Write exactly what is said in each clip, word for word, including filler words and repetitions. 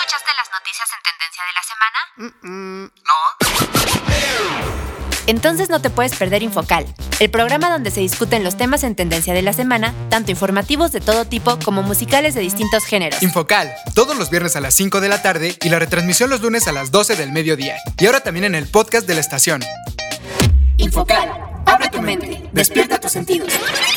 escuchaste las noticias en tendencia de la semana? Mm-mm. No. Entonces no te puedes perder Infocal, el programa donde se discuten los temas en tendencia de la semana, tanto informativos de todo tipo como musicales de distintos géneros. Infocal, todos los viernes a las cinco de la tarde y la retransmisión los lunes a las doce del mediodía. Y ahora también en el podcast de la estación. Infocal, abre tu mente, despierta tus sentidos.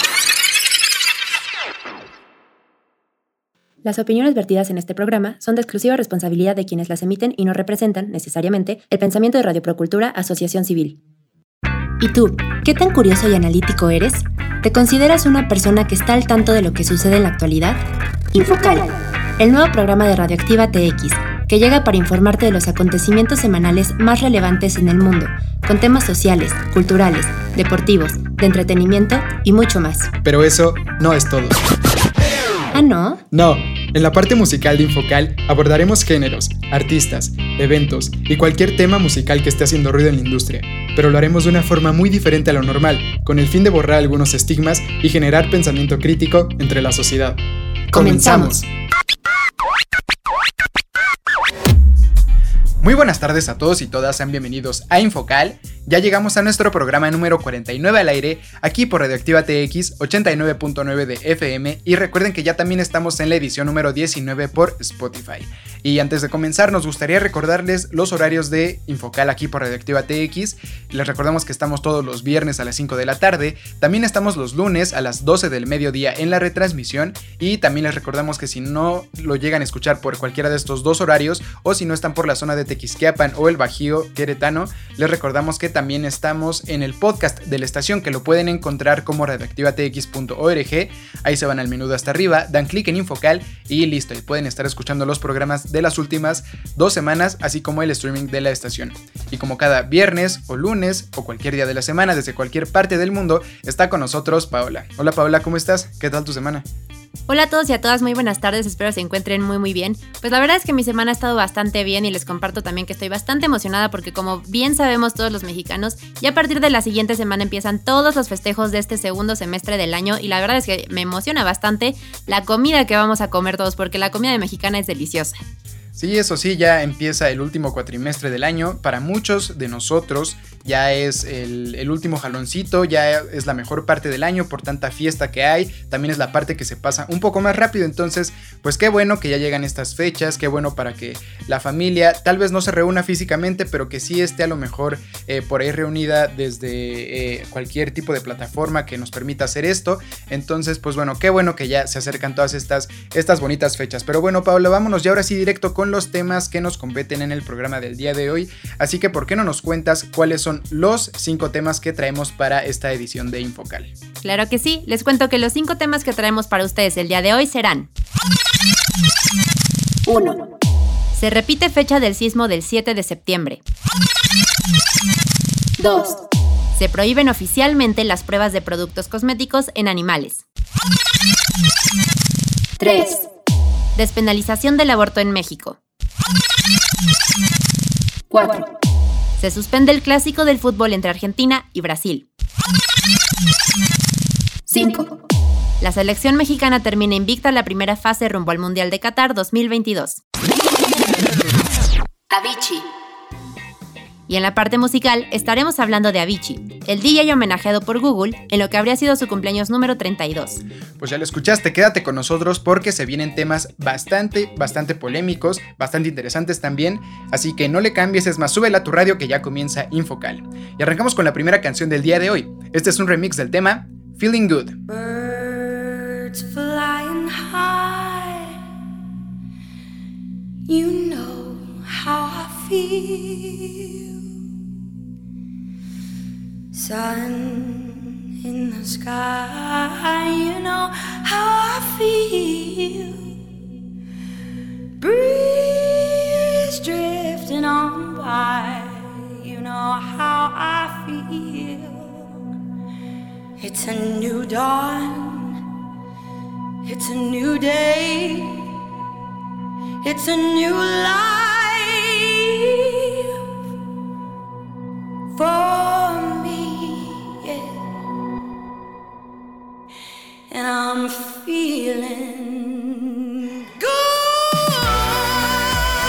Las opiniones vertidas en este programa son de exclusiva responsabilidad de quienes las emiten y no representan, necesariamente, el pensamiento de Radio Procultura Asociación Civil. ¿Y tú, qué tan curioso y analítico eres? ¿Te consideras una persona que está al tanto de lo que sucede en la actualidad? Infocal, el nuevo programa de Radioactiva T X, que llega para informarte de los acontecimientos semanales más relevantes en el mundo, con temas sociales, culturales, deportivos, de entretenimiento y mucho más. Pero eso no es todo. ¿Ah, no? No, en la parte musical de Infocal abordaremos géneros, artistas, eventos y cualquier tema musical que esté haciendo ruido en la industria, pero lo haremos de una forma muy diferente a lo normal, con el fin de borrar algunos estigmas y generar pensamiento crítico entre la sociedad. ¡Comenzamos! Muy buenas tardes a todos y todas, sean bienvenidos a Infocal. Ya llegamos a nuestro programa número cuarenta y nueve al aire, aquí por Radioactiva T X ochenta y nueve punto nueve de F M, y recuerden que ya también estamos en la edición número diecinueve por Spotify. Y antes de comenzar, nos gustaría recordarles los horarios de Infocal aquí por Radioactiva T X. Les recordamos que estamos todos los viernes a las cinco de la tarde, también estamos los lunes a las doce del mediodía en la retransmisión, y también les recordamos que si no lo llegan a escuchar por cualquiera de estos dos horarios, o si no están por la zona de Tequisquiapan o el Bajío queretano, les recordamos que también estamos en el podcast de la estación, que lo pueden encontrar como radioactivatex punto org. Ahí se van al menú de hasta arriba, dan clic en Infocal y listo, y pueden estar escuchando los programas de las últimas dos semanas, así como el streaming de la estación. Y como cada viernes o lunes o cualquier día de la semana desde cualquier parte del mundo, está con nosotros Paola. Hola Paola, ¿cómo estás? ¿Qué tal tu semana? Hola a todos y a todas, muy buenas tardes, espero se encuentren muy muy bien. Pues la verdad es que mi semana ha estado bastante bien y les comparto también que estoy bastante emocionada porque, como bien sabemos todos los mexicanos, ya a partir de la siguiente semana empiezan todos los festejos de este segundo semestre del año, y la verdad es que me emociona bastante la comida que vamos a comer todos, porque la comida de mexicana es deliciosa. Sí, eso sí, ya empieza el último cuatrimestre del año. Para muchos de nosotros ya es el, el último jaloncito, ya es la mejor parte del año por tanta fiesta que hay. También es la parte que se pasa un poco más rápido. Entonces, pues qué bueno que ya llegan estas fechas, qué bueno para que la familia tal vez no se reúna físicamente, pero que sí esté a lo mejor eh, por ahí reunida desde eh, cualquier tipo de plataforma que nos permita hacer esto. Entonces, pues bueno, qué bueno que ya se acercan todas estas, estas bonitas fechas. Pero bueno, Paola, vámonos ya ahora sí directo con los temas que nos competen en el programa del día de hoy. Así que, ¿por qué no nos cuentas cuáles son los cinco temas que traemos para esta edición de Infocal? Claro que sí, les cuento que los cinco temas que traemos para ustedes el día de hoy serán: uno. Se repite fecha del sismo del siete de septiembre. dos. Se prohíben oficialmente las pruebas de productos cosméticos en animales. tres. Despenalización del aborto en México. cuatro. Se suspende el clásico del fútbol entre Argentina y Brasil. cinco. La selección mexicana termina invicta la primera fase rumbo al Mundial de Qatar dos mil veintidós. Avicii. Y en la parte musical estaremos hablando de Avicii, el D J homenajeado por Google en lo que habría sido su cumpleaños número treinta y dos. Pues ya lo escuchaste, quédate con nosotros porque se vienen temas bastante, bastante polémicos, bastante interesantes también, así que no le cambies, es más, súbela a tu radio que ya comienza Infocal. Y arrancamos con la primera canción del día de hoy. Este es un remix del tema Feeling Good. Birds flying high, you know how I feel. Sun in the sky, you know how I feel. Breeze drifting on by, you know how I feel. It's a new dawn, it's a new day, it's a new life for me, yeah. And I'm feeling good.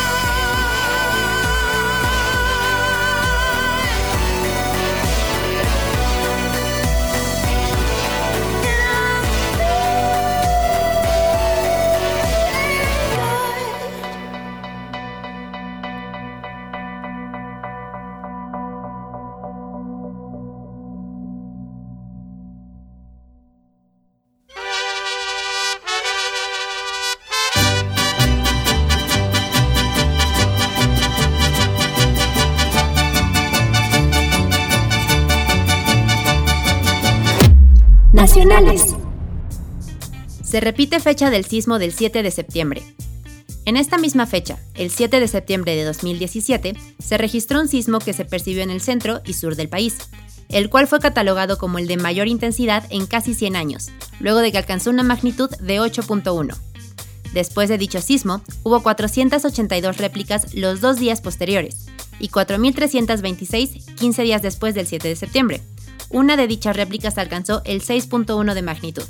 Culturales. Se repite fecha del sismo del siete de septiembre. En esta misma fecha, el siete de septiembre de dos mil diecisiete, se registró un sismo que se percibió en el centro y sur del país, el cual fue catalogado como el de mayor intensidad en casi cien años, luego de que alcanzó una magnitud de ocho punto uno. Después de dicho sismo, hubo cuatrocientas ochenta y dos réplicas los dos días posteriores, y cuatro mil trescientas veintiséis quince días después del siete de septiembre. Una de dichas réplicas alcanzó el seis punto uno de magnitud.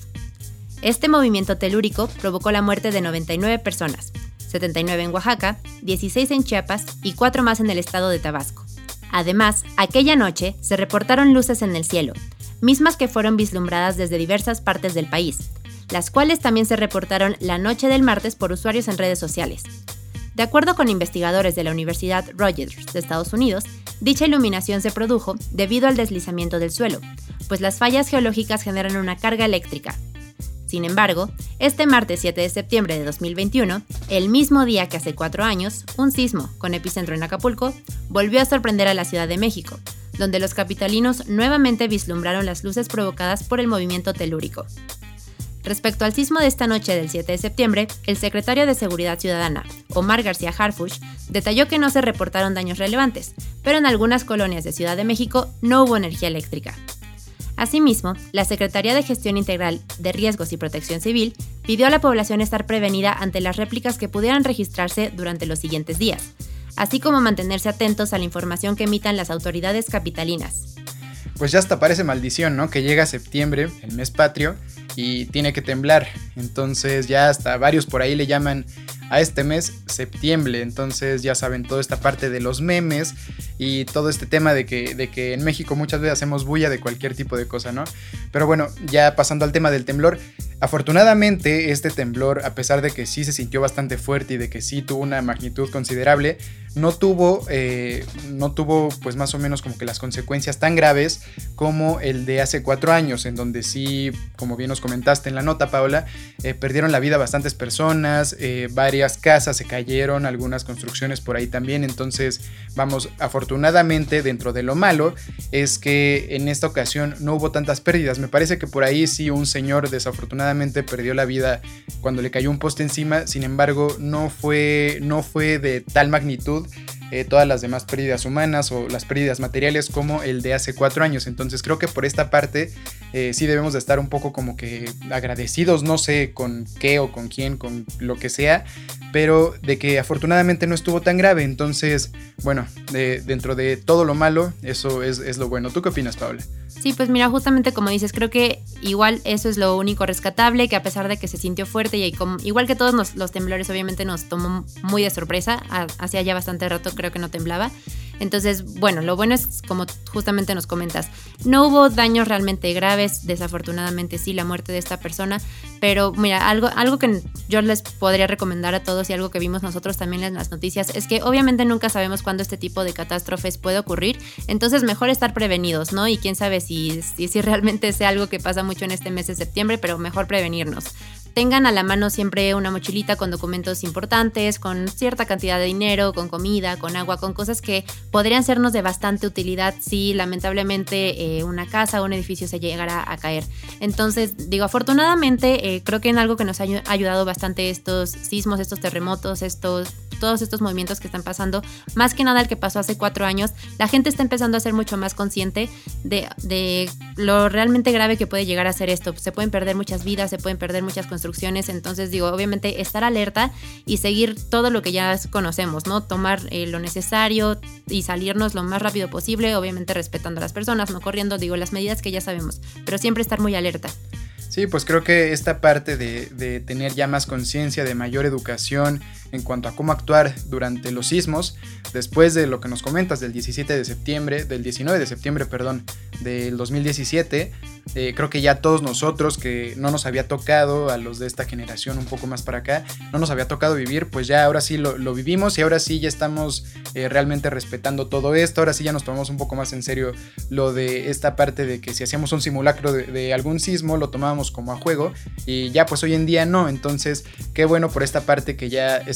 Este movimiento telúrico provocó la muerte de noventa y nueve personas, setenta y nueve en Oaxaca, dieciséis en Chiapas y cuatro más en el estado de Tabasco. Además, aquella noche se reportaron luces en el cielo, mismas que fueron vislumbradas desde diversas partes del país, las cuales también se reportaron la noche del martes por usuarios en redes sociales. De acuerdo con investigadores de la Universidad Rutgers de Estados Unidos, dicha iluminación se produjo debido al deslizamiento del suelo, pues las fallas geológicas generan una carga eléctrica. Sin embargo, este martes siete de septiembre de dos mil veintiuno, el mismo día que hace cuatro años, un sismo, con epicentro en Acapulco, volvió a sorprender a la Ciudad de México, donde los capitalinos nuevamente vislumbraron las luces provocadas por el movimiento telúrico. Respecto al sismo de esta noche del siete de septiembre, el secretario de Seguridad Ciudadana, Omar García Harfuch, detalló que no se reportaron daños relevantes, pero en algunas colonias de Ciudad de México no hubo energía eléctrica. Asimismo, la Secretaría de Gestión Integral de Riesgos y Protección Civil pidió a la población estar prevenida ante las réplicas que pudieran registrarse durante los siguientes días, así como mantenerse atentos a la información que emitan las autoridades capitalinas. Pues ya hasta parece maldición, ¿no? Que llega septiembre, el mes patrio, y tiene que temblar. Entonces ya hasta varios por ahí le llaman a este mes septiembre. Entonces ya saben, toda esta parte de los memes y todo este tema de que, de que en México muchas veces hacemos bulla de cualquier tipo de cosa, ¿no? Pero bueno, ya pasando al tema del temblor, afortunadamente este temblor, a pesar de que sí se sintió bastante fuerte y de que sí tuvo una magnitud considerable, no tuvo, eh, no tuvo pues más o menos como que las consecuencias tan graves como el de hace cuatro años, en donde sí, como bien nos comentaste en la nota, Paola, eh, perdieron la vida bastantes personas, eh, varias casas se cayeron, algunas construcciones por ahí también. Entonces, vamos, afortunadamente dentro de lo malo es que en esta ocasión no hubo tantas pérdidas. Me parece que por ahí sí un señor desafortunadamente perdió la vida cuando le cayó un poste encima, sin embargo no fue, no fue de tal magnitud Eh, todas las demás pérdidas humanas o las pérdidas materiales como el de hace cuatro años. Entonces creo que por esta parte eh, sí debemos de estar un poco como que agradecidos, no sé con qué o con quién, con lo que sea, pero de que afortunadamente no estuvo tan grave. Entonces, bueno, de, dentro de todo lo malo, eso es, es lo bueno. ¿Tú qué opinas, Paola? Sí, pues mira, justamente como dices, creo que igual eso es lo único rescatable, que a pesar de que se sintió fuerte y como, igual que todos nos, los temblores obviamente nos tomó muy de sorpresa, hacía ya bastante rato creo que no temblaba. Entonces, bueno, lo bueno es, como justamente nos comentas, no hubo daños realmente graves, desafortunadamente sí, la muerte de esta persona, pero mira, algo, algo que yo les podría recomendar a todos y algo que vimos nosotros también en las noticias es que obviamente nunca sabemos cuándo este tipo de catástrofes puede ocurrir, entonces mejor estar prevenidos, ¿no? Y quién sabe si, si, si realmente sea algo que pasa mucho en este mes de septiembre, pero mejor prevenirnos. Tengan a la mano siempre una mochilita con documentos importantes, con cierta cantidad de dinero, con comida, con agua, con cosas que podrían sernos de bastante utilidad si lamentablemente eh, una casa o un edificio se llegara a caer. Entonces, digo, afortunadamente eh, creo que en algo que nos ha ayudado bastante estos sismos, estos terremotos, estos, todos estos movimientos que están pasando, más que nada el que pasó hace cuatro años, la gente está empezando a ser mucho más consciente de, de lo realmente grave que puede llegar a ser esto. Se pueden perder muchas vidas, se pueden perder muchas construcciones. Entonces digo, obviamente estar alerta y seguir todo lo que ya conocemos, ¿no? Tomar eh, lo necesario y salirnos lo más rápido posible, obviamente respetando a las personas, no corriendo, digo, las medidas que ya sabemos, pero siempre estar muy alerta. Sí, pues creo que esta parte de, de tener ya más conciencia, de mayor educación en cuanto a cómo actuar durante los sismos, después de lo que nos comentas del diecisiete de septiembre, del diecinueve de septiembre, perdón, del dos mil diecisiete, eh, creo que ya todos nosotros que no nos había tocado, a los de esta generación un poco más para acá, no nos había tocado vivir, pues ya ahora sí lo, lo vivimos y ahora sí ya estamos eh, realmente respetando todo esto, ahora sí ya nos tomamos un poco más en serio lo de esta parte de que si hacíamos un simulacro de, de algún sismo, lo tomábamos como a juego y ya pues hoy en día no. Entonces qué bueno por esta parte que ya es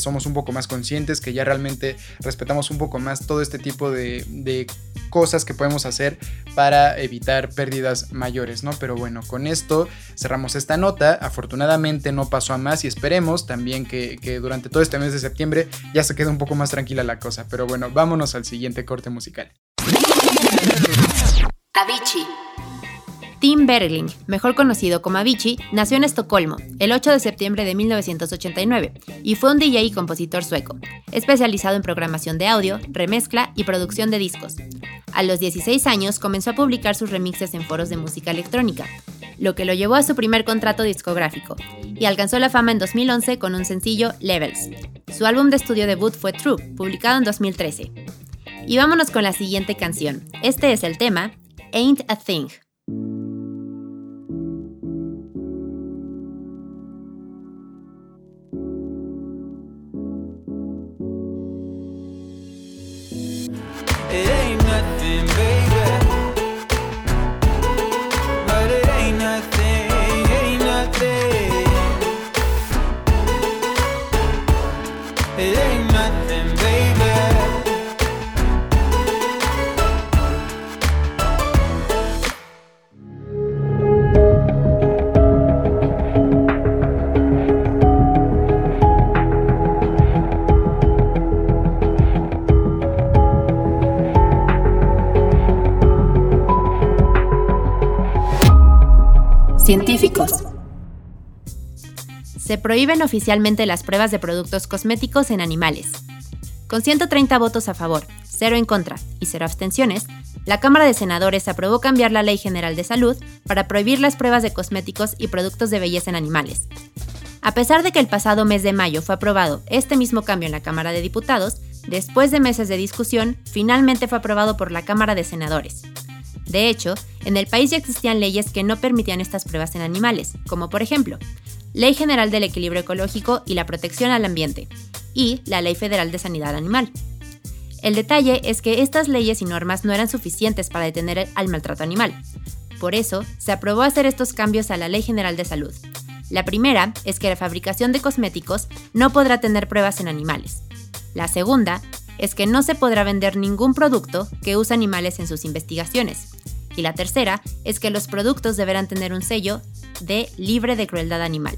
somos un poco más conscientes, que ya realmente respetamos un poco más todo este tipo de, de cosas que podemos hacer para evitar pérdidas mayores, ¿no? Pero bueno, con esto cerramos esta nota. Afortunadamente no pasó a más y esperemos también que, que durante todo este mes de septiembre ya se quede un poco más tranquila la cosa. Pero bueno, vámonos al siguiente corte musical. Avicii. Tim Bergling, mejor conocido como Avicii, nació en Estocolmo el ocho de septiembre de mil novecientos ochenta y nueve y fue un D J y compositor sueco, especializado en programación de audio, remezcla y producción de discos. A los dieciséis años comenzó a publicar sus remixes en foros de música electrónica, lo que lo llevó a su primer contrato discográfico, y alcanzó la fama en dos mil once con un sencillo, Levels. Su álbum de estudio debut fue True, publicado en dos mil trece. Y vámonos con la siguiente canción. Este es el tema, Ain't a Thing. It ain't nothing, baby. But it ain't nothing, ain't nothing. It ain't nothing, baby. Científicos. Se prohíben oficialmente las pruebas de productos cosméticos en animales. Con ciento treinta votos a favor, cero en contra y cero abstenciones, la Cámara de Senadores aprobó cambiar la Ley General de Salud para prohibir las pruebas de cosméticos y productos de belleza en animales. A pesar de que el pasado mes de mayo fue aprobado este mismo cambio en la Cámara de Diputados, después de meses de discusión, finalmente fue aprobado por la Cámara de Senadores. De hecho, en el país ya existían leyes que no permitían estas pruebas en animales, como por ejemplo, Ley General del Equilibrio Ecológico y la Protección al Ambiente, y la Ley Federal de Sanidad Animal. El detalle es que estas leyes y normas no eran suficientes para detener al maltrato animal. Por eso, se aprobó hacer estos cambios a la Ley General de Salud. La primera es que la fabricación de cosméticos no podrá tener pruebas en animales. La segunda es que no se podrá vender ningún producto que use animales en sus investigaciones. Y la tercera es que los productos deberán tener un sello de libre de crueldad animal.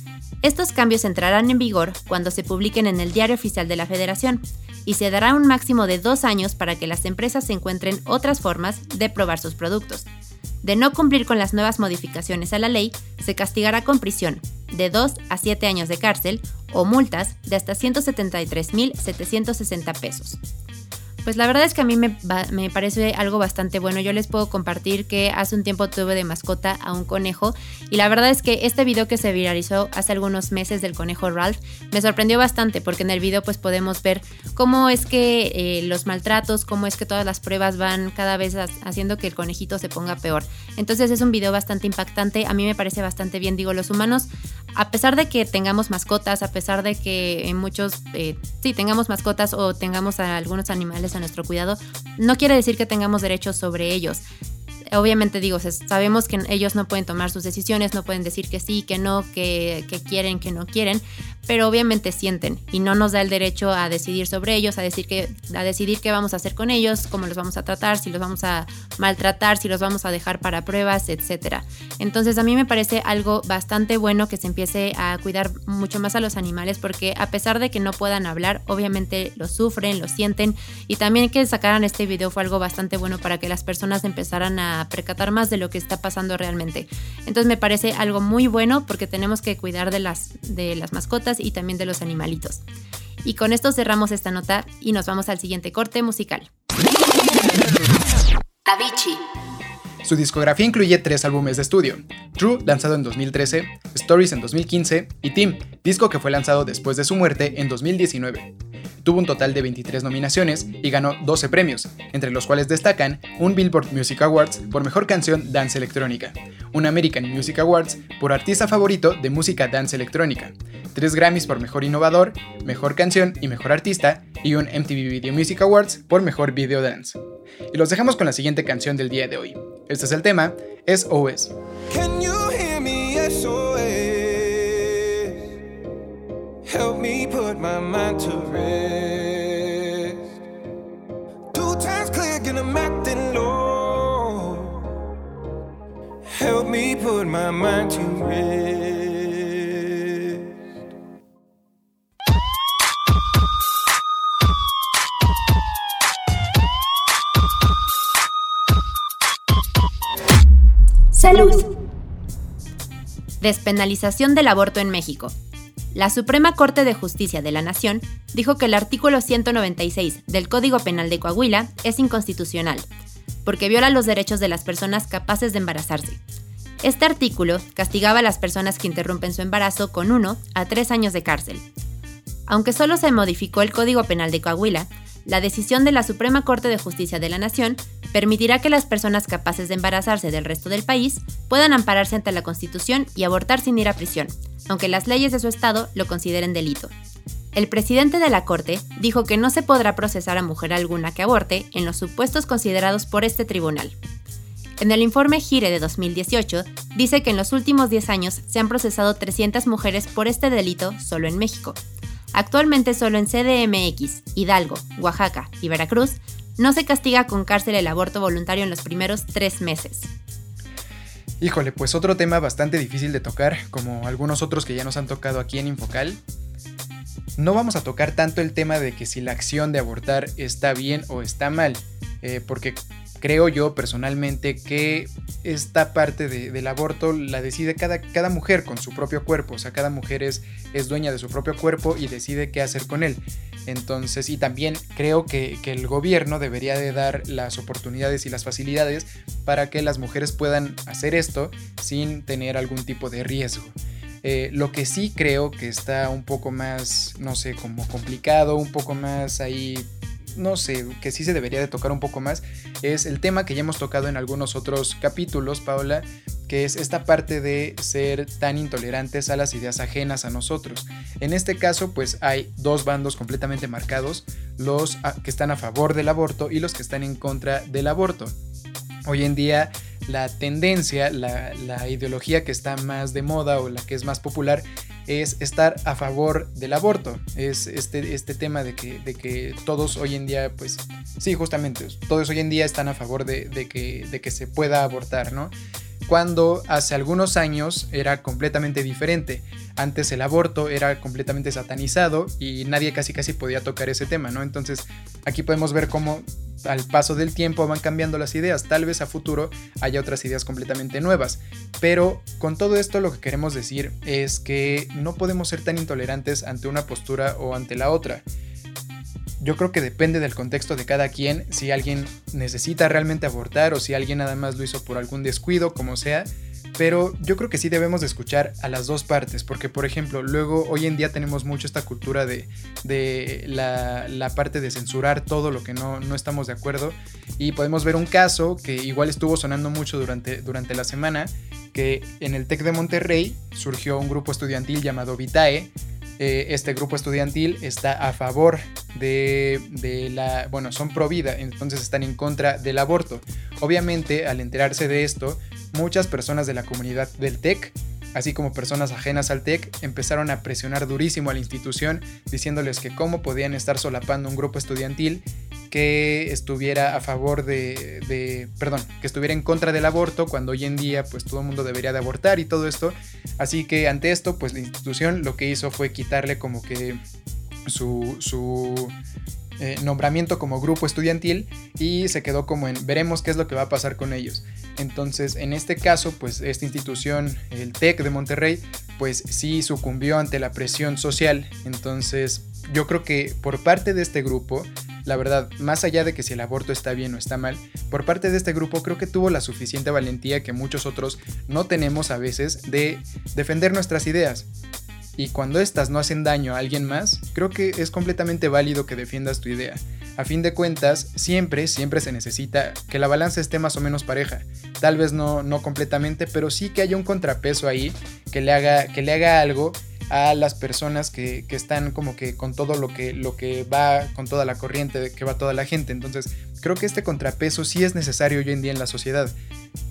Estos cambios entrarán en vigor cuando se publiquen en el Diario Oficial de la Federación y se dará un máximo de dos años para que las empresas encuentren otras formas de probar sus productos. De no cumplir con las nuevas modificaciones a la ley, se castigará con prisión de dos a siete años de cárcel o multas de hasta ciento setenta y tres mil setecientos sesenta pesos. Pues la verdad es que a mí me, me parece algo bastante bueno. Yo les puedo compartir que hace un tiempo tuve de mascota a un conejo y la verdad es que este video que se viralizó hace algunos meses del conejo Ralph me sorprendió bastante porque en el video pues podemos ver cómo es que eh, los maltratos, cómo es que todas las pruebas van cada vez haciendo que el conejito se ponga peor. Entonces es un video bastante impactante, a mí me parece bastante bien. Digo, los humanos, a pesar de que tengamos mascotas, a pesar de que en muchos, eh, sí, tengamos mascotas o tengamos a algunos animales a nuestro cuidado, no quiere decir que tengamos derechos sobre ellos. Obviamente digo, sabemos que ellos no pueden tomar sus decisiones, no pueden decir que sí, que no, que, que quieren, que no quieren, pero obviamente sienten y no nos da el derecho a decidir sobre ellos, a, decir que, a decidir qué vamos a hacer con ellos, cómo los vamos a tratar, si los vamos a maltratar, si los vamos a dejar para pruebas, etcétera. Entonces a mí me parece algo bastante bueno que se empiece a cuidar mucho más a los animales porque a pesar de que no puedan hablar, obviamente lo sufren, lo sienten y también que sacaran este video fue algo bastante bueno para que las personas empezaran a percatar más de lo que está pasando realmente. Entonces me parece algo muy bueno porque tenemos que cuidar de las, de las mascotas y también de los animalitos. Y con esto cerramos esta nota y nos vamos al siguiente corte musical. Avicii. Su discografía incluye tres álbumes de estudio: True, lanzado en dos mil trece, Stories en dos mil quince y Team, disco que fue lanzado después de su muerte en dos mil diecinueve. Tuvo un total de veintitrés nominaciones y ganó doce premios, entre los cuales destacan un Billboard Music Awards por Mejor Canción Dance Electrónica, un American Music Awards por Artista Favorito de Música Dance Electrónica, tres Grammys por Mejor Innovador, Mejor Canción y Mejor Artista y un M T V Video Music Awards por Mejor Video Dance. Y los dejamos con la siguiente canción del día de hoy. Este es el tema, S O S. Can you hear me? S O S. Help me put my mind to rest. Two times click and I'm acting low. Help me put my mind to rest. Salud. Despenalización del aborto en México. La Suprema Corte de Justicia de la Nación dijo que el artículo ciento noventa y seis del Código Penal de Coahuila es inconstitucional, porque viola los derechos de las personas capaces de embarazarse. Este artículo castigaba a las personas que interrumpen su embarazo con uno a tres años de cárcel. Aunque solo se modificó el Código Penal de Coahuila, la decisión de la Suprema Corte de Justicia de la Nación permitirá que las personas capaces de embarazarse del resto del país puedan ampararse ante la Constitución y abortar sin ir a prisión, aunque las leyes de su estado lo consideren delito. El presidente de la Corte dijo que no se podrá procesar a mujer alguna que aborte en los supuestos considerados por este tribunal. En el informe Gire de dos mil dieciocho, dice que en los últimos diez años se han procesado trescientas mujeres por este delito solo en México. Actualmente solo en C D M X, Hidalgo, Oaxaca y Veracruz no se castiga con cárcel el aborto voluntario en los primeros tres meses. Híjole, pues otro tema bastante difícil de tocar, como algunos otros que ya nos han tocado aquí en Infocal. No vamos a tocar tanto el tema de que si la acción de abortar está bien o está mal, eh, porque creo yo personalmente que esta parte de, del aborto la decide cada, cada mujer con su propio cuerpo. O sea, cada mujer es, es dueña de su propio cuerpo y decide qué hacer con él. Entonces, y también creo que, que el gobierno debería de dar las oportunidades y las facilidades para que las mujeres puedan hacer esto sin tener algún tipo de riesgo. Eh, lo que sí creo que está un poco más, no sé, como complicado, un poco más ahí, no sé, que sí se debería de tocar un poco más, es el tema que ya hemos tocado en algunos otros capítulos, Paola, que es esta parte de ser tan intolerantes a las ideas ajenas a nosotros. En este caso, pues hay dos bandos completamente marcados, los que están a favor del aborto y los que están en contra del aborto. Hoy en día la tendencia, la, la ideología que está más de moda o la que es más popular es estar a favor del aborto. Es este, este tema de que, de que todos hoy en día, pues sí, justamente, todos hoy en día están a favor de, de, que, de que se pueda abortar, ¿no? Cuando hace algunos años era completamente diferente. Antes el aborto era completamente satanizado y nadie casi casi podía tocar ese tema, ¿no? Entonces aquí podemos ver cómo al paso del tiempo van cambiando las ideas. Tal vez a futuro haya otras ideas completamente nuevas. Pero con todo esto lo que queremos decir es que no podemos ser tan intolerantes ante una postura o ante la otra. Yo creo que depende del contexto de cada quien, si alguien necesita realmente abortar o si alguien nada más lo hizo por algún descuido, como sea. Pero yo creo que sí debemos de escuchar a las dos partes, porque por ejemplo, luego hoy en día tenemos mucho esta cultura de, de la, la parte de censurar todo lo que no, no estamos de acuerdo, y podemos ver un caso que igual estuvo sonando mucho durante, durante la semana, que en el TEC de Monterrey surgió un grupo estudiantil llamado Vitae. Este grupo estudiantil está a favor de, de la... Bueno, son pro vida, entonces están en contra del aborto. Obviamente, al enterarse de esto, muchas personas de la comunidad del TEC, así como personas ajenas al TEC, empezaron a presionar durísimo a la institución, diciéndoles que cómo podían estar solapando un grupo estudiantil que estuviera a favor de, de, perdón, que estuviera en contra del aborto, cuando hoy en día pues todo el mundo debería de abortar y todo esto. Así que ante esto pues la institución lo que hizo fue quitarle como que su, su eh, nombramiento como grupo estudiantil y se quedó como en veremos qué es lo que va a pasar con ellos. Entonces en este caso pues esta institución, el TEC de Monterrey, pues sí sucumbió ante la presión social. Entonces yo creo que por parte de este grupo, la verdad, más allá de que si el aborto está bien o está mal, por parte de este grupo creo que tuvo la suficiente valentía que muchos otros no tenemos a veces de defender nuestras ideas. Y cuando estas no hacen daño a alguien más, creo que es completamente válido que defiendas tu idea. A fin de cuentas, siempre, siempre se necesita que la balanza esté más o menos pareja. Tal vez no, no completamente, pero sí que haya un contrapeso ahí que le haga, que le haga algo a las personas que, que están como que con todo lo que, lo que va, con toda la corriente que va toda la gente. Entonces creo que este contrapeso sí es necesario hoy en día en la sociedad.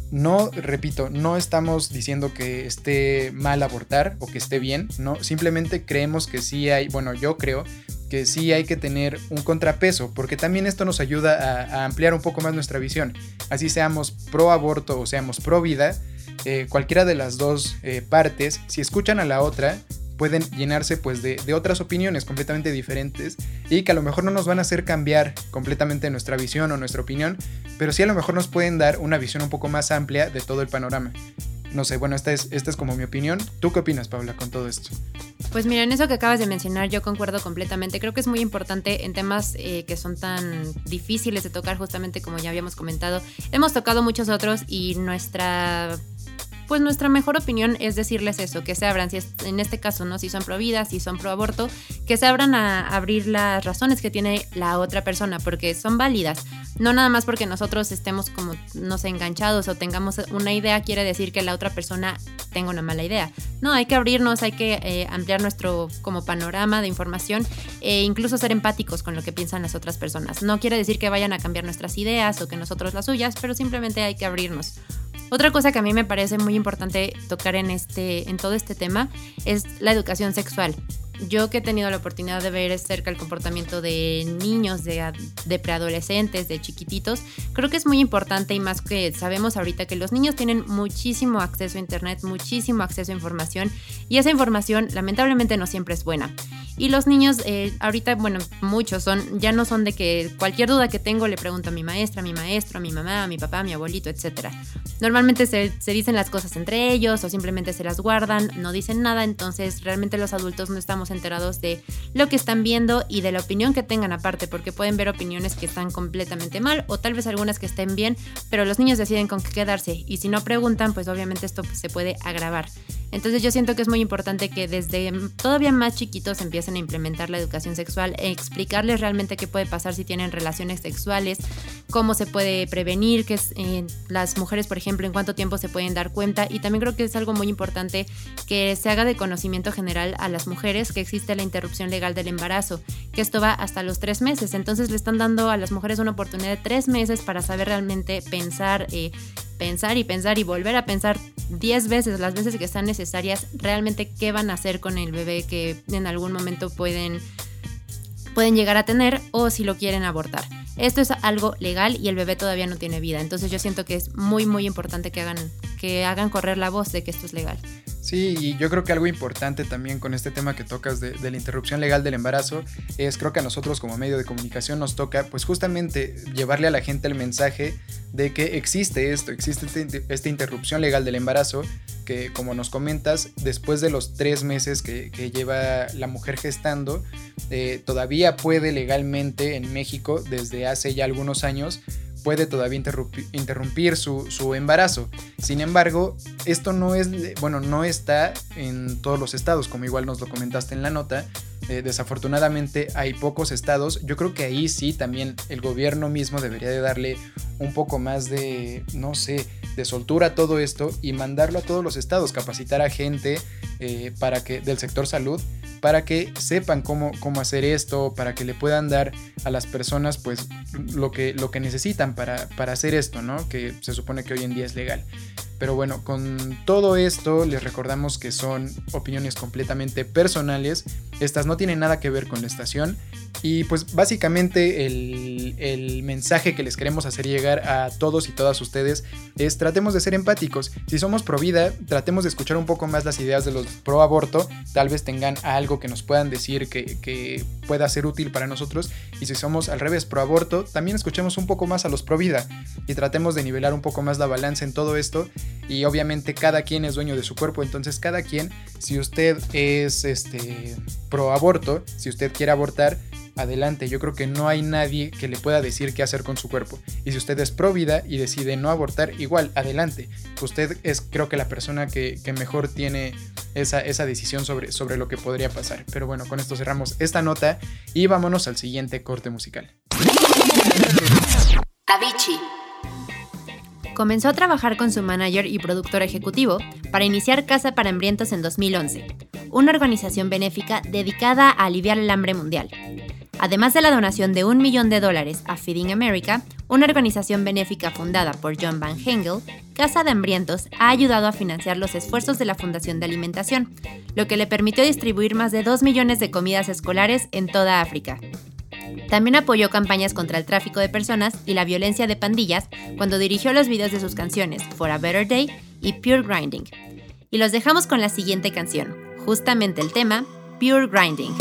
No, repito, no estamos diciendo que esté mal abortar o que esté bien, no, simplemente creemos que sí hay, bueno, yo creo que sí hay que tener un contrapeso, porque también esto nos ayuda a, a ampliar un poco más nuestra visión. Así seamos pro aborto o seamos pro vida, eh, cualquiera de las dos eh, partes, si escuchan a la otra, pueden llenarse pues de, de otras opiniones completamente diferentes y que a lo mejor no nos van a hacer cambiar completamente nuestra visión o nuestra opinión, pero sí a lo mejor nos pueden dar una visión un poco más amplia de todo el panorama. No sé, bueno, esta es, esta es como mi opinión. ¿Tú qué opinas, Paula, con todo esto? Pues mira, en eso que acabas de mencionar yo concuerdo completamente. Creo que es muy importante en temas eh, que son tan difíciles de tocar, justamente como ya habíamos comentado. Hemos tocado muchos otros y nuestra... pues nuestra mejor opinión es decirles eso, que se abran, si es, en este caso, ¿no? Si son pro vida, si son pro aborto, que se abran a abrir las razones que tiene la otra persona, porque son válidas. No nada más porque nosotros estemos como, no sé, enganchados o tengamos una idea, quiere decir que la otra persona tenga una mala idea. No, hay que abrirnos, hay que eh, ampliar nuestro como panorama de información e incluso ser empáticos con lo que piensan las otras personas. No quiere decir que vayan a cambiar nuestras ideas o que nosotros las suyas, pero simplemente hay que abrirnos. Otra cosa que a mí me parece muy importante tocar en, este, en todo este tema es la educación sexual. Yo que he tenido la oportunidad de ver cerca el comportamiento de niños, de, de preadolescentes, de chiquititos, creo que es muy importante y más que sabemos ahorita que los niños tienen muchísimo acceso a internet, muchísimo acceso a información y esa información lamentablemente no siempre es buena. Y los niños eh, ahorita, bueno, muchos son, ya no son de que cualquier duda que tengo le pregunto a mi maestra, a mi maestro, a mi mamá, a mi papá, a mi abuelito, etcétera. Normalmente se, se dicen las cosas entre ellos o simplemente se las guardan, no dicen nada, entonces realmente los adultos no estamos enterados de lo que están viendo y de la opinión que tengan aparte, porque pueden ver opiniones que están completamente mal o tal vez algunas que estén bien, pero los niños deciden con qué quedarse y si no preguntan, pues obviamente esto se puede agravar. Entonces yo siento que es muy importante que desde todavía más chiquitos empiecen a implementar la educación sexual, e explicarles realmente qué puede pasar si tienen relaciones sexuales, cómo se puede prevenir, que es, eh, las mujeres, por ejemplo, en cuánto tiempo se pueden dar cuenta. Y también creo que es algo muy importante que se haga de conocimiento general a las mujeres que existe la interrupción legal del embarazo, que esto va hasta los tres meses. Entonces le están dando a las mujeres una oportunidad de tres meses para saber realmente pensar, eh, pensar y pensar y volver a pensar diez veces, las veces que sean necesarias, realmente qué van a hacer con el bebé que en algún momento pueden, pueden llegar a tener o si lo quieren abortar. Esto es algo legal y el bebé todavía no tiene vida, entonces yo siento que es muy muy importante que hagan, que hagan correr la voz de que esto es legal. Sí, y yo creo que algo importante también con este tema que tocas de, de la interrupción legal del embarazo es, creo que a nosotros como medio de comunicación nos toca pues justamente llevarle a la gente el mensaje de que existe esto, existe este, esta interrupción legal del embarazo, que como nos comentas, después de los tres meses que, que lleva la mujer gestando, eh, todavía puede legalmente en México, desde hace ya algunos años, puede todavía interrumpir, interrumpir su, su embarazo. Sin embargo, esto no es, bueno, no está en todos los estados, como igual nos lo comentaste en la nota. Eh, desafortunadamente hay pocos estados. Yo creo que ahí sí también el gobierno mismo debería de darle un poco más de, no sé, de soltura a todo esto y mandarlo a todos los estados, capacitar a gente eh, para que, del sector salud, para que sepan cómo, cómo hacer esto, para que le puedan dar a las personas pues lo que, lo que necesitan para, para hacer esto, ¿no? Que se supone que hoy en día es legal. Pero bueno, con todo esto les recordamos que son opiniones completamente personales. Estas no tienen nada que ver con la estación. Y pues básicamente el, el mensaje que les queremos hacer llegar a todos y todas ustedes es: tratemos de ser empáticos. Si somos pro vida, tratemos de escuchar un poco más las ideas de los pro aborto. Tal vez tengan algo que nos puedan decir que, que pueda ser útil para nosotros. Y si somos al revés pro aborto, también escuchemos un poco más a los pro vida y tratemos de nivelar un poco más la balanza en todo esto. Y obviamente cada quien es dueño de su cuerpo, entonces cada quien, si usted es este pro aborto, si usted quiere abortar, adelante. Yo creo que no hay nadie que le pueda decir qué hacer con su cuerpo. Y si usted es pro vida y decide no abortar, igual, adelante. Usted es, creo que, la persona que, que mejor tiene esa, esa decisión sobre, sobre lo que podría pasar. Pero bueno, con esto cerramos esta nota y vámonos al siguiente corte musical. Davichi comenzó a trabajar con su manager y productor ejecutivo para iniciar Casa para Hambrientos en dos mil once, una organización benéfica dedicada a aliviar el hambre mundial. Además de la donación de un millón de dólares a Feeding America, una organización benéfica fundada por John Van Hengel, Casa de Hambrientos ha ayudado a financiar los esfuerzos de la Fundación de Alimentación, lo que le permitió distribuir más de dos millones de comidas escolares en toda África. También apoyó campañas contra el tráfico de personas y la violencia de pandillas cuando dirigió los videos de sus canciones For a Better Day y Pure Grinding. Y los dejamos con la siguiente canción, justamente el tema Pure Grinding.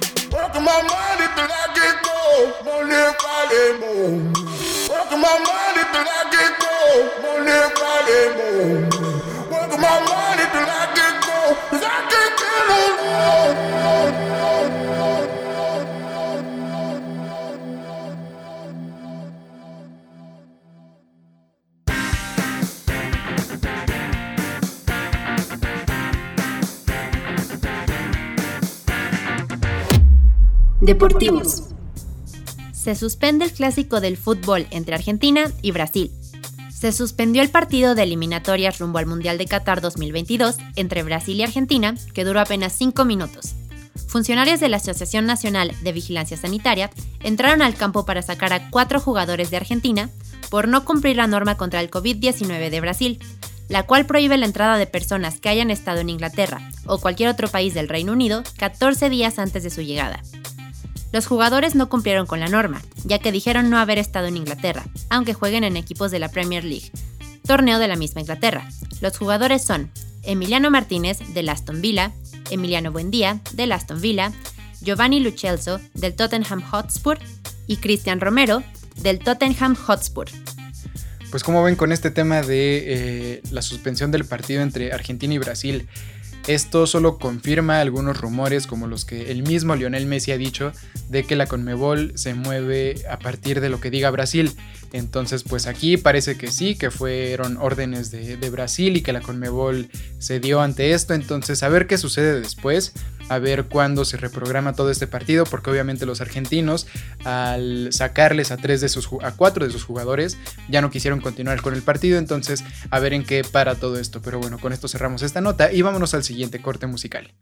Deportivos. Se suspende el clásico del fútbol entre Argentina y Brasil. Se suspendió el partido de eliminatorias rumbo al Mundial de Qatar dos mil veintidós entre Brasil y Argentina, que duró apenas cinco minutos. Funcionarios de la Asociación Nacional de Vigilancia Sanitaria entraron al campo para sacar a cuatro jugadores de Argentina por no cumplir la norma contra el covid diecinueve de Brasil, la cual prohíbe la entrada de personas que hayan estado en Inglaterra o cualquier otro país del Reino Unido catorce días antes de su llegada. Los jugadores no cumplieron con la norma, ya que dijeron no haber estado en Inglaterra, aunque jueguen en equipos de la Premier League, torneo de la misma Inglaterra. Los jugadores son Emiliano Martínez, del Aston Villa, Emiliano Buendía, del Aston Villa, Giovanni Lo Celso, del Tottenham Hotspur, y Cristian Romero, del Tottenham Hotspur. Pues como ven con este tema de eh, la suspensión del partido entre Argentina y Brasil, esto solo confirma algunos rumores como los que el mismo Lionel Messi ha dicho de que la Conmebol se mueve a partir de lo que diga Brasil. Entonces pues aquí parece que sí, que fueron órdenes de, de Brasil y que la Conmebol se dio ante esto. Entonces a ver qué sucede después, a ver cuándo se reprograma todo este partido, porque obviamente los argentinos al sacarles a, tres de sus, a cuatro de sus jugadores ya no quisieron continuar con el partido. Entonces a ver en qué para todo esto. Pero bueno, con esto cerramos esta nota y vámonos al siguiente corte musical.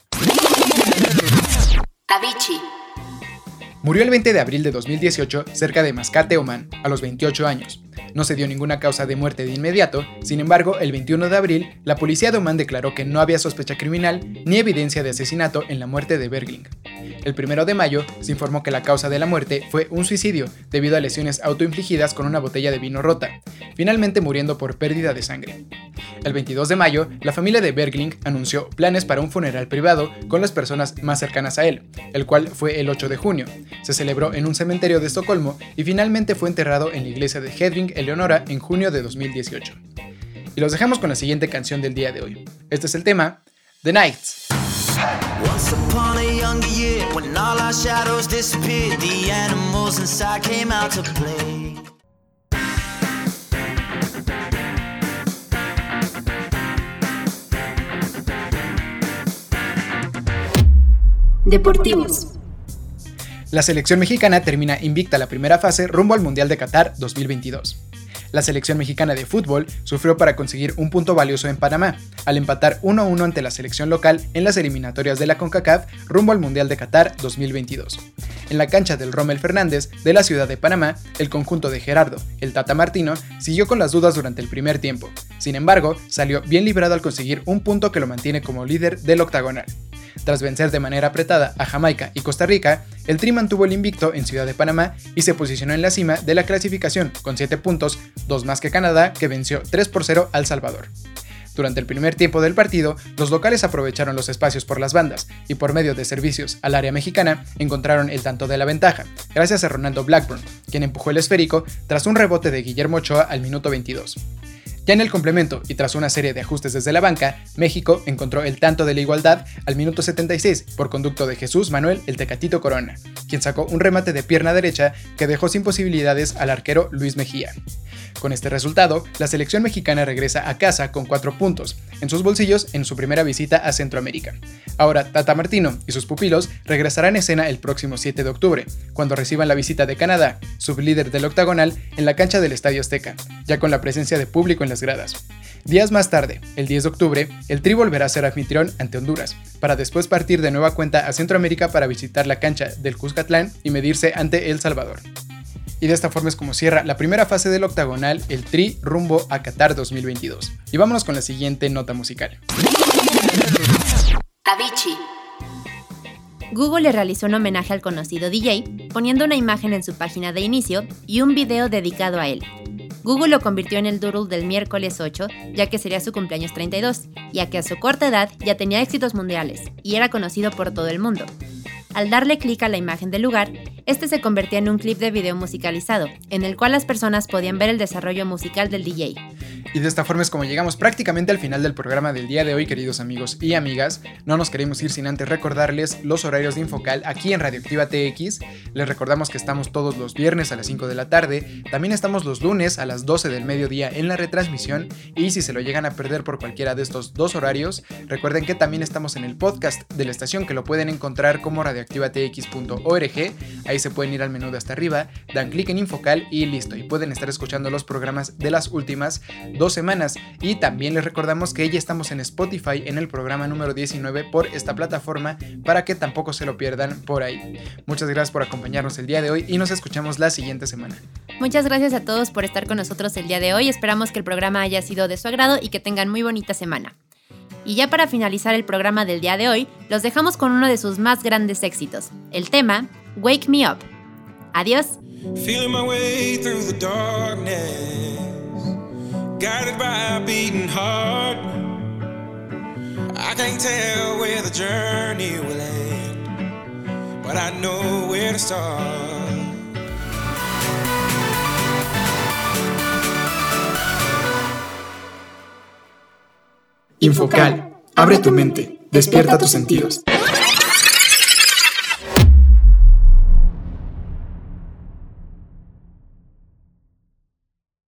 Avicii. Murió el veinte de abril de dos mil dieciocho cerca de Mascate, Omán, a los veintiocho años. No se dio ninguna causa de muerte de inmediato, sin embargo, el veintiuno de abril, la policía de Omán declaró que no había sospecha criminal ni evidencia de asesinato en la muerte de Bergling. El primero de mayo se informó que la causa de la muerte fue un suicidio debido a lesiones autoinfligidas con una botella de vino rota, finalmente muriendo por pérdida de sangre. El veintidós de mayo, la familia de Bergling anunció planes para un funeral privado con las personas más cercanas a él, el cual fue el ocho de junio. Se celebró en un cementerio de Estocolmo y finalmente fue enterrado en la iglesia de Hedvig Eleonora en junio de dos mil dieciocho. Y los dejamos con la siguiente canción del día de hoy. Este es el tema The Nights. Once upon a younger year, when all our shadows disappeared, the animals inside came out to play. Deportivos. La selección mexicana termina invicta la primera fase rumbo al Mundial de Qatar dos mil veintidós. La selección mexicana de fútbol sufrió para conseguir un punto valioso en Panamá, al empatar uno a uno ante la selección local en las eliminatorias de la CONCACAF rumbo al Mundial de Qatar dos mil veintidós. En la cancha del Rommel Fernández de la ciudad de Panamá, el conjunto de Gerardo, el Tata Martino, siguió con las dudas durante el primer tiempo. Sin embargo, salió bien librado al conseguir un punto que lo mantiene como líder del octagonal. Tras vencer de manera apretada a Jamaica y Costa Rica, el Tri mantuvo el invicto en Ciudad de Panamá y se posicionó en la cima de la clasificación con siete puntos, dos más que Canadá, que venció tres por cero al Salvador. Durante el primer tiempo del partido, los locales aprovecharon los espacios por las bandas y por medio de servicios al área mexicana encontraron el tanto de la ventaja, gracias a Ronaldo Blackburn, quien empujó el esférico tras un rebote de Guillermo Ochoa al minuto veintidós. Ya en el complemento y tras una serie de ajustes desde la banca, México encontró el tanto de la igualdad al minuto setenta y seis por conducto de Jesús Manuel el Tecatito Corona, quien sacó un remate de pierna derecha que dejó sin posibilidades al arquero Luis Mejía. Con este resultado, la selección mexicana regresa a casa con cuatro puntos en sus bolsillos en su primera visita a Centroamérica. Ahora, Tata Martino y sus pupilos regresarán a escena el próximo siete de octubre, cuando reciban la visita de Canadá, sublíder del octagonal, en la cancha del Estadio Azteca, ya con la presencia de público en las gradas. Días más tarde, el diez de octubre, el Tri volverá a ser anfitrión ante Honduras, para después partir de nueva cuenta a Centroamérica para visitar la cancha del Cuscatlán y medirse ante El Salvador. Y de esta forma es como cierra la primera fase del octagonal, el Tri rumbo a Qatar dos mil veintidós. Y vámonos con la siguiente nota musical. Avicii. Google le realizó un homenaje al conocido D J, poniendo una imagen en su página de inicio y un video dedicado a él. Google lo convirtió en el doodle del miércoles ocho, ya que sería su cumpleaños treinta y dos, ya que a su corta edad ya tenía éxitos mundiales y era conocido por todo el mundo. Al darle clic a la imagen del lugar, este se convertía en un clip de video musicalizado, en el cual las personas podían ver el desarrollo musical del D J. Y de esta forma es como llegamos prácticamente al final del programa del día de hoy, queridos amigos y amigas. No nos queremos ir sin antes recordarles los horarios de Infocal aquí en Radioactiva T X. Les recordamos que estamos todos los viernes a las cinco de la tarde, también estamos los lunes a las doce del mediodía en la retransmisión, y si se lo llegan a perder por cualquiera de estos dos horarios, recuerden que también estamos en el podcast de la estación, que lo pueden encontrar como radioactiva t x punto org. Ahí se pueden ir al menú de hasta arriba, dan clic en Infocal y listo, y pueden estar escuchando los programas de las últimas dos semanas. Y también les recordamos que ya estamos en Spotify en el programa número diecinueve por esta plataforma, para que tampoco se lo pierdan por ahí. Muchas gracias por acompañarnos el día de hoy y nos escuchamos la siguiente semana. Muchas gracias a todos por estar con nosotros el día de hoy. Esperamos que el programa haya sido de su agrado y que tengan muy bonita semana. Y ya para finalizar el programa del día de hoy, los dejamos con uno de sus más grandes éxitos, el tema Wake Me Up. Adiós. Feeling my way through the darkness, guided by a beating heart. I can't tell where the journey will end, but I know where to start. Infocal, abre tu mente, despierta tus sentidos.